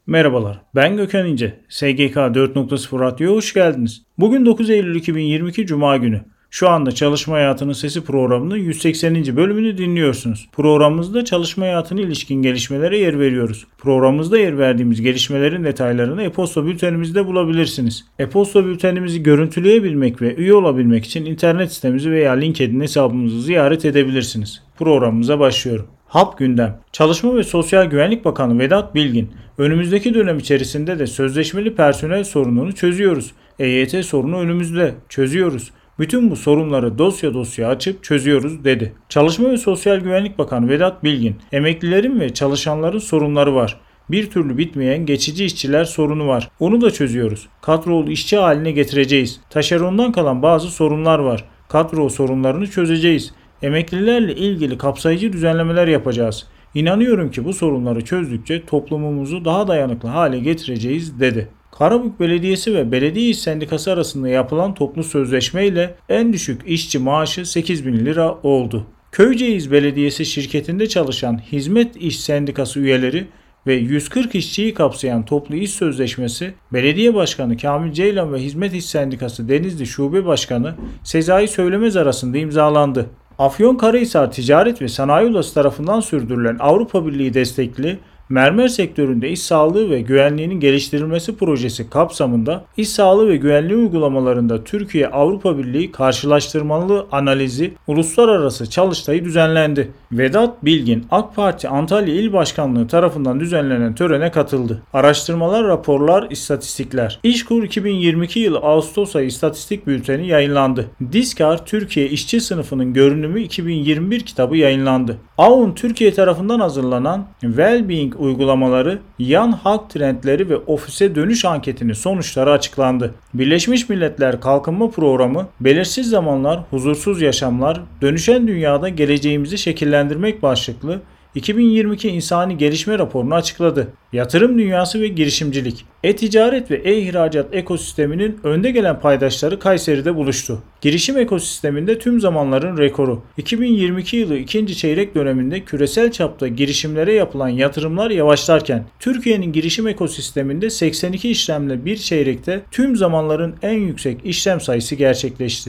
Merhabalar, ben Gökhan İnce. SGK 4.0 Radyo'ya hoş geldiniz. Bugün 9 Eylül 2022 Cuma günü. Şu anda Çalışma Hayatının Sesi programının 180. bölümünü dinliyorsunuz. Programımızda çalışma hayatına ilişkin gelişmelere yer veriyoruz. Programımızda yer verdiğimiz gelişmelerin detaylarını e-posta bültenimizde bulabilirsiniz. E-posta bültenimizi görüntüleyebilmek ve üye olabilmek için internet sitemizi veya LinkedIn hesabımızı ziyaret edebilirsiniz. Programımıza başlıyorum. HAP Gündem. Çalışma ve Sosyal Güvenlik Bakanı Vedat Bilgin, önümüzdeki dönem içerisinde de sözleşmeli personel sorununu çözüyoruz. EYT sorunu önümüzde, çözüyoruz. Bütün bu sorunları dosya dosya açıp çözüyoruz dedi. Çalışma ve Sosyal Güvenlik Bakanı Vedat Bilgin, emeklilerin ve çalışanların sorunları var. Bir türlü bitmeyen geçici işçiler sorunu var. Onu da çözüyoruz. Kadrolu işçi haline getireceğiz. Taşerondan kalan bazı sorunlar var. Kadro sorunlarını çözeceğiz. Emeklilerle ilgili kapsayıcı düzenlemeler yapacağız. İnanıyorum ki bu sorunları çözdükçe toplumumuzu daha dayanıklı hale getireceğiz dedi. Karabük Belediyesi ve Belediye İş Sendikası arasında yapılan toplu sözleşme ile en düşük işçi maaşı 8.000 lira oldu. Köyceğiz Belediyesi şirketinde çalışan Hizmet İş Sendikası üyeleri ve 140 işçiyi kapsayan toplu iş sözleşmesi Belediye Başkanı Kamil Ceylan ve Hizmet İş Sendikası Denizli Şube Başkanı Sezai Söylemez arasında imzalandı. Afyonkarahisar Ticaret ve Sanayi Odası tarafından sürdürülen Avrupa Birliği destekli mermer sektöründe iş sağlığı ve güvenliğinin geliştirilmesi projesi kapsamında iş sağlığı ve güvenliği uygulamalarında Türkiye-Avrupa Birliği karşılaştırmalı analizi uluslararası çalıştayı düzenlendi. Vedat Bilgin, AK Parti Antalya İl Başkanlığı tarafından düzenlenen törene katıldı. Araştırmalar, raporlar, istatistikler. İşkur 2022 yılı Ağustos ayı istatistik bülteni yayınlandı. Diskar Türkiye İşçi Sınıfının Görünümü 2021 kitabı yayınlandı. AUN Türkiye tarafından hazırlanan Wellbeing uygulamaları, yan halk trendleri ve ofise dönüş anketinin sonuçları açıklandı. Birleşmiş Milletler Kalkınma Programı, belirsiz zamanlar, huzursuz yaşamlar, dönüşen dünyada geleceğimizi şekillendirmek başlıklı 2022 İnsani Gelişme raporunu açıkladı. Yatırım dünyası ve girişimcilik. E-ticaret ve e-ihracat ekosisteminin önde gelen paydaşları Kayseri'de buluştu. Girişim ekosisteminde tüm zamanların rekoru. 2022 yılı ikinci çeyrek döneminde küresel çapta girişimlere yapılan yatırımlar yavaşlarken Türkiye'nin girişim ekosisteminde 82 işlemle bir çeyrekte tüm zamanların en yüksek işlem sayısı gerçekleşti.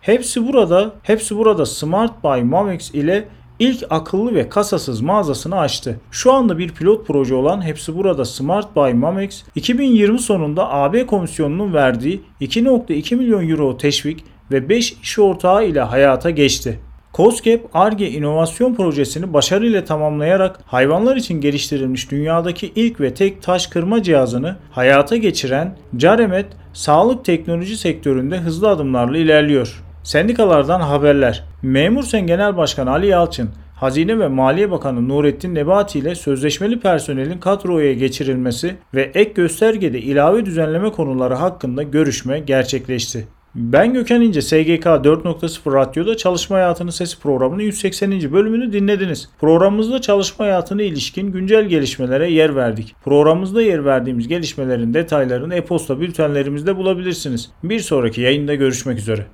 Hepsi burada Smart by Momex ile İlk akıllı ve kasasız mağazasını açtı. Şu anda bir pilot proje olan Hepsi Burada Smart by Momex, 2020 sonunda AB Komisyonu'nun verdiği 2.2 milyon euro teşvik ve 5 iş ortağı ile hayata geçti. COSGAP, Ar-Ge inovasyon projesini başarıyla tamamlayarak hayvanlar için geliştirilmiş dünyadaki ilk ve tek taş kırma cihazını hayata geçiren Caremet, sağlık teknoloji sektöründe hızlı adımlarla ilerliyor. Sendikalardan haberler. Memursen Genel Başkanı Ali Yalçın, Hazine ve Maliye Bakanı Nurettin Nebati ile sözleşmeli personelin kadroya geçirilmesi ve ek göstergede ilave düzenleme konuları hakkında görüşme gerçekleşti. Ben Gökhan İnce, SGK 4.0 Radyo'da Çalışma Hayatının Sesi programının 180. bölümünü dinlediniz. Programımızda çalışma hayatına ilişkin güncel gelişmelere yer verdik. Programımızda yer verdiğimiz gelişmelerin detaylarını e-posta bültenlerimizde bulabilirsiniz. Bir sonraki yayında görüşmek üzere.